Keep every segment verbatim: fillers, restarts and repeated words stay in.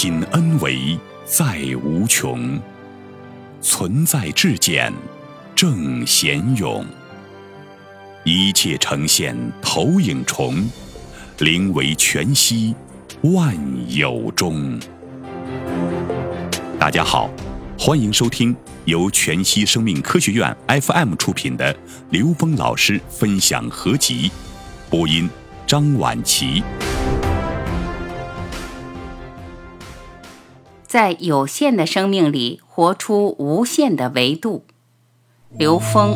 亲恩为在无穷，存在至简正贤勇。一切呈现投影重，灵为全息万有中。大家好，欢迎收听由全息生命科学院 F M 出品的刘峰老师分享合集，播音张婉琪。 在有限的生命里活出无限的维度。刘峰。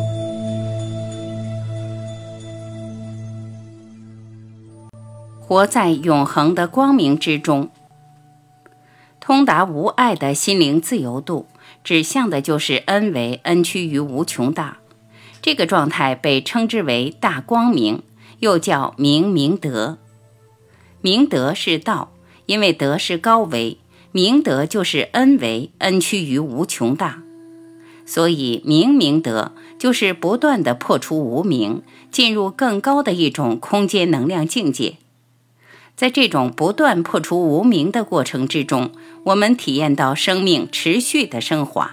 活在永恒的光明之中，通达无碍的心灵自由度，指向的就是恩为恩趋于无穷大。这个状态被称之为大光明，又叫明明德。明德是道，因为德是高维，明德就是恩为恩趋于无穷大。所以明明德就是不断地破除无明，进入更高的一种空间能量境界。在这种不断破除无明的过程之中，我们体验到生命持续的升华。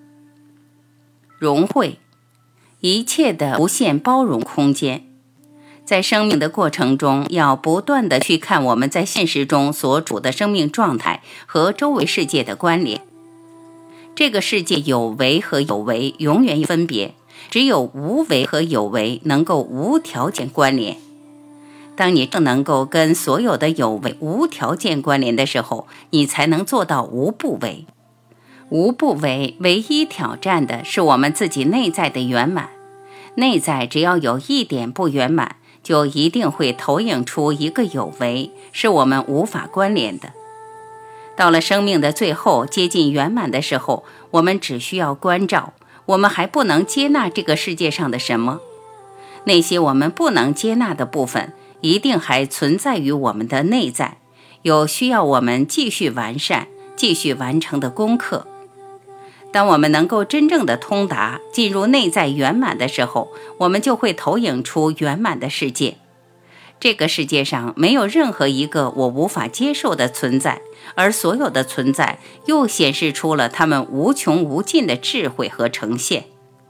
融会，一切的无限包容空间。在生命的过程中，要不断地去看我们在现实中所处的生命状态和周围世界的关联。这个世界有为和有为永远有分别，只有无为和有为能够无条件关联。当你正能够跟所有的有为无条件关联的时候，你才能做到无不为。无不为唯一挑战的是我们自己内在的圆满。内在只要有一点不圆满，就一定会投影出一个有为，是我们无法关联的。到了生命的最后接近圆满的时候，我们只需要关照，我们还不能接纳这个世界上的什么。那些我们不能接纳的部分一定还存在于我们的内在，有需要我们继续完善、继续完成的功课。当我们能够真正的通达，进入内在圆满的时候，我们就会投影出圆满的世界。这个世界上没有任何一个我无法接受的存在，而所有的存在又显示出了它们无穷无尽的智慧和呈现。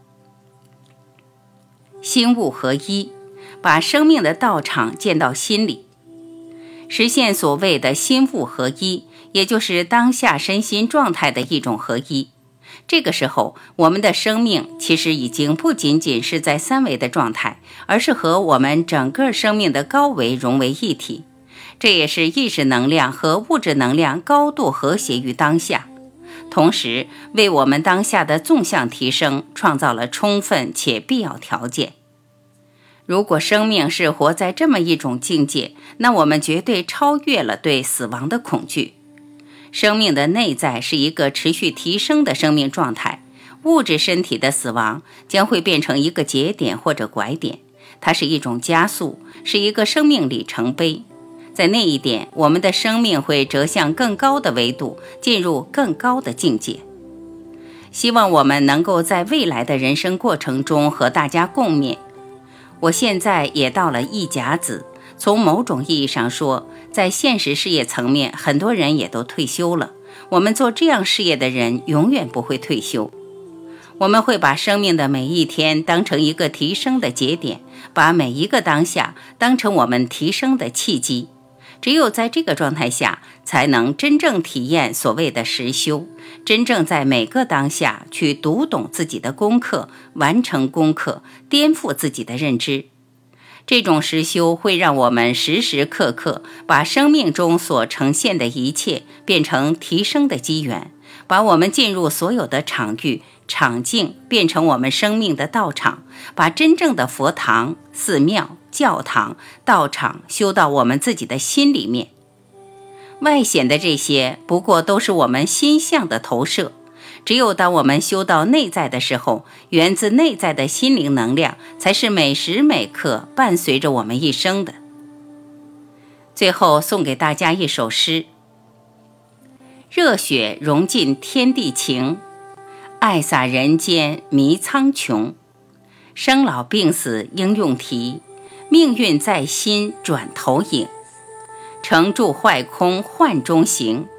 心物合一，把生命的道场建到心里，实现所谓的心物合一，也就是当下身心状态的一种合一。这个时候，我们的生命其实已经不仅仅是在三维的状态，而是和我们整个生命的高维融为一体。这也是意识能量和物质能量高度和谐于当下，同时为我们当下的纵向提升创造了充分且必要条件。如果生命是活在这么一种境界，那我们绝对超越了对死亡的恐惧。生命的内在是一个持续提升的生命状态，物质身体的死亡将会变成一个节点或者拐点，它是一种加速，是一个生命里程碑。在那一点，我们的生命会折向更高的维度，进入更高的境界。希望我们能够在未来的人生过程中和大家共勉。我现在也到了一甲子，从某种意义上说，在现实事业层面，很多人也都退休了。我们做这样事业的人永远不会退休。我们会把生命的每一天当成一个提升的节点，把每一个当下当成我们提升的契机。只有在这个状态下，才能真正体验所谓的实修，真正在每个当下去读懂自己的功课，完成功课，颠覆自己的认知。这种实修会让我们时时刻刻把生命中所呈现的一切变成提升的机缘，把我们进入所有的场域、场境变成我们生命的道场，把真正的佛堂、寺庙、教堂、道场修到我们自己的心里面。外显的这些不过都是我们心象的投射，只有当我们修到内在的时候，源自内在的心灵能量才是每时每刻伴随着我们一生的。最后送给大家一首诗：热血融进天地情，爱洒人间迷苍穹。生老病死应用题，命运在心转投影。成住坏空幻中行，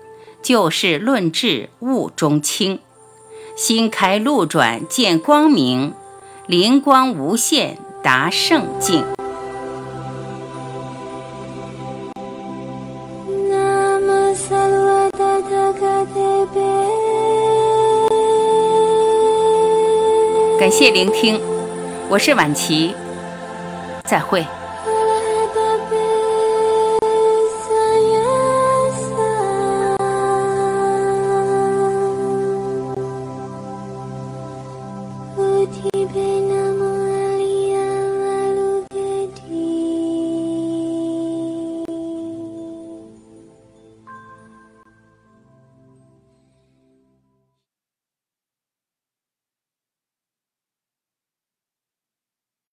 就事论智悟中清，心开路转见光明，灵光无限达圣境。感谢聆听，我是婉琪，再会。